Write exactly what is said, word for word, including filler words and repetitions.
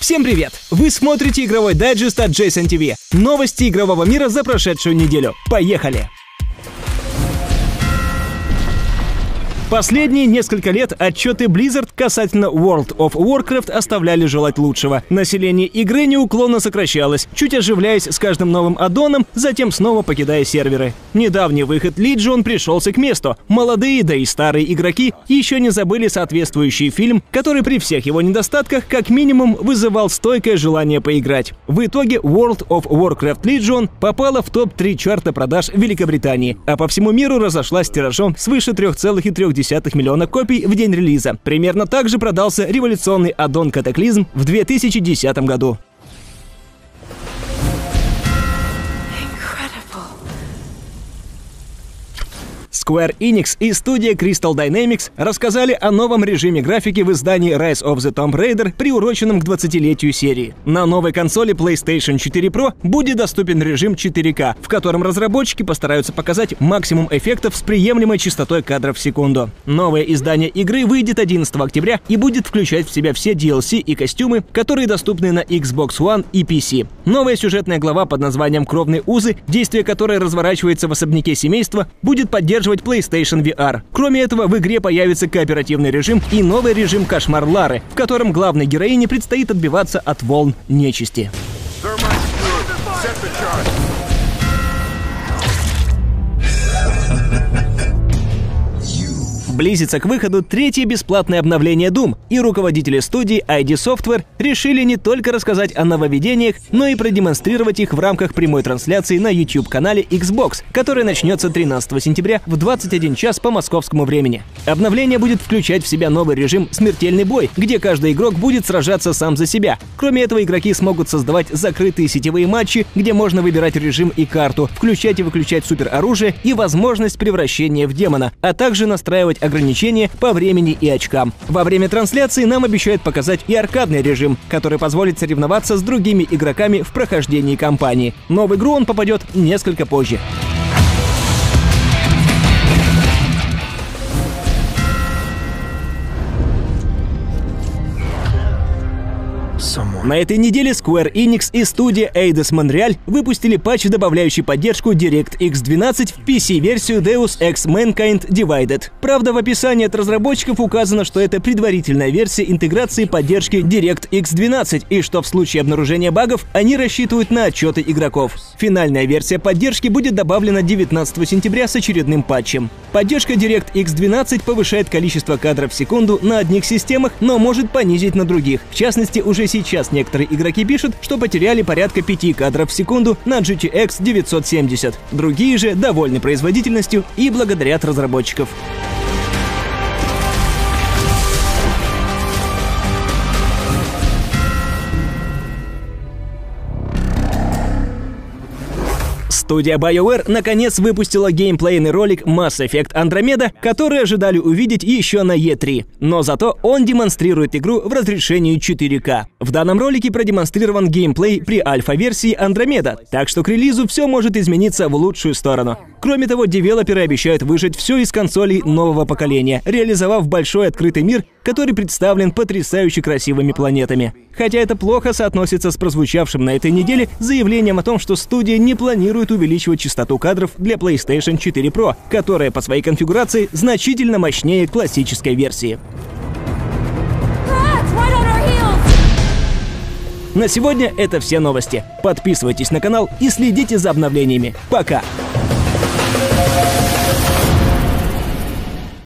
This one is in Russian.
Всем привет! Вы смотрите игровой дайджест от Джейсон ти ви. Новости игрового мира за прошедшую неделю. Поехали! Последние несколько лет отчеты Blizzard касательно World of Warcraft оставляли желать лучшего. Население игры неуклонно сокращалось, чуть оживляясь с каждым новым аддоном, затем снова покидая серверы. Недавний выход Legion пришелся к месту. Молодые, да и старые игроки еще не забыли соответствующий фильм, который при всех его недостатках как минимум вызывал стойкое желание поиграть. В итоге World of Warcraft Legion попала в топ три чарта продаж Великобритании, а по всему миру разошлась тиражом свыше трёх целых трёх десятых миллиона копий в день релиза. Примерно так же продался революционный аддон Катаклизм в две тысячи десятом году. Square Enix и студия Crystal Dynamics рассказали о новом режиме графики в издании Rise of the Tomb Raider, приуроченном к двадцатилетию серии. На новой консоли PlayStation четыре Pro будет доступен режим четыре ка, в котором разработчики постараются показать максимум эффектов с приемлемой частотой кадров в секунду. Новое издание игры выйдет одиннадцатого октября и будет включать в себя все ди эл си и костюмы, которые доступны на Xbox One и пи си. Новая сюжетная глава под названием «Кровные узы», действие которой разворачивается в особняке семейства, будет поддерживать PlayStation ви ар. Кроме этого, в игре появится кооперативный режим и новый режим «Кошмар Лары», в котором главной героине предстоит отбиваться от волн нечисти. Близится к выходу третье бесплатное обновление Doom, и руководители студии ай ди Software решили не только рассказать о нововведениях, но и продемонстрировать их в рамках прямой трансляции на YouTube-канале Xbox, которая начнется тринадцатого сентября в двадцать один час по московскому времени. Обновление будет включать в себя новый режим «Смертельный бой», где каждый игрок будет сражаться сам за себя. Кроме этого, игроки смогут создавать закрытые сетевые матчи, где можно выбирать режим и карту, включать и выключать супероружие и возможность превращения в демона, а также настраивать ограничения по времени и очкам. Во время трансляции нам обещают показать и аркадный режим, который позволит соревноваться с другими игроками в прохождении кампании. Но в игру он попадет несколько позже. На этой неделе Square Enix и студия Eidos Montreal выпустили патч, добавляющий поддержку DirectX двенадцать в пи си-версию Deus Ex Mankind Divided. Правда, в описании от разработчиков указано, что это предварительная версия интеграции поддержки DirectX двенадцать, и что в случае обнаружения багов они рассчитывают на отчеты игроков. Финальная версия поддержки будет добавлена девятнадцатого сентября с очередным патчем. Поддержка DirectX двенадцать повышает количество кадров в секунду на одних системах, но может понизить на других. В частности, уже сейчас некоторые игроки пишут, что потеряли порядка пяти кадров в секунду на джи ти экс девятьсот семьдесят. Другие же довольны производительностью и благодарят разработчиков. Студия BioWare наконец выпустила геймплейный ролик Mass Effect Andromeda, который ожидали увидеть еще на и три. Но зато он демонстрирует игру в разрешении четыре ка. В данном ролике продемонстрирован геймплей при альфа-версии Andromeda, так что к релизу все может измениться в лучшую сторону. Кроме того, девелоперы обещают выжать все из консолей нового поколения, реализовав большой открытый мир, который представлен потрясающе красивыми планетами. Хотя это плохо соотносится с прозвучавшим на этой неделе заявлением о том, что студия не планирует увеличивать частоту кадров для PlayStation четыре Pro, которая по своей конфигурации значительно мощнее классической версии. На сегодня это все новости. Подписывайтесь на канал и следите за обновлениями. Пока!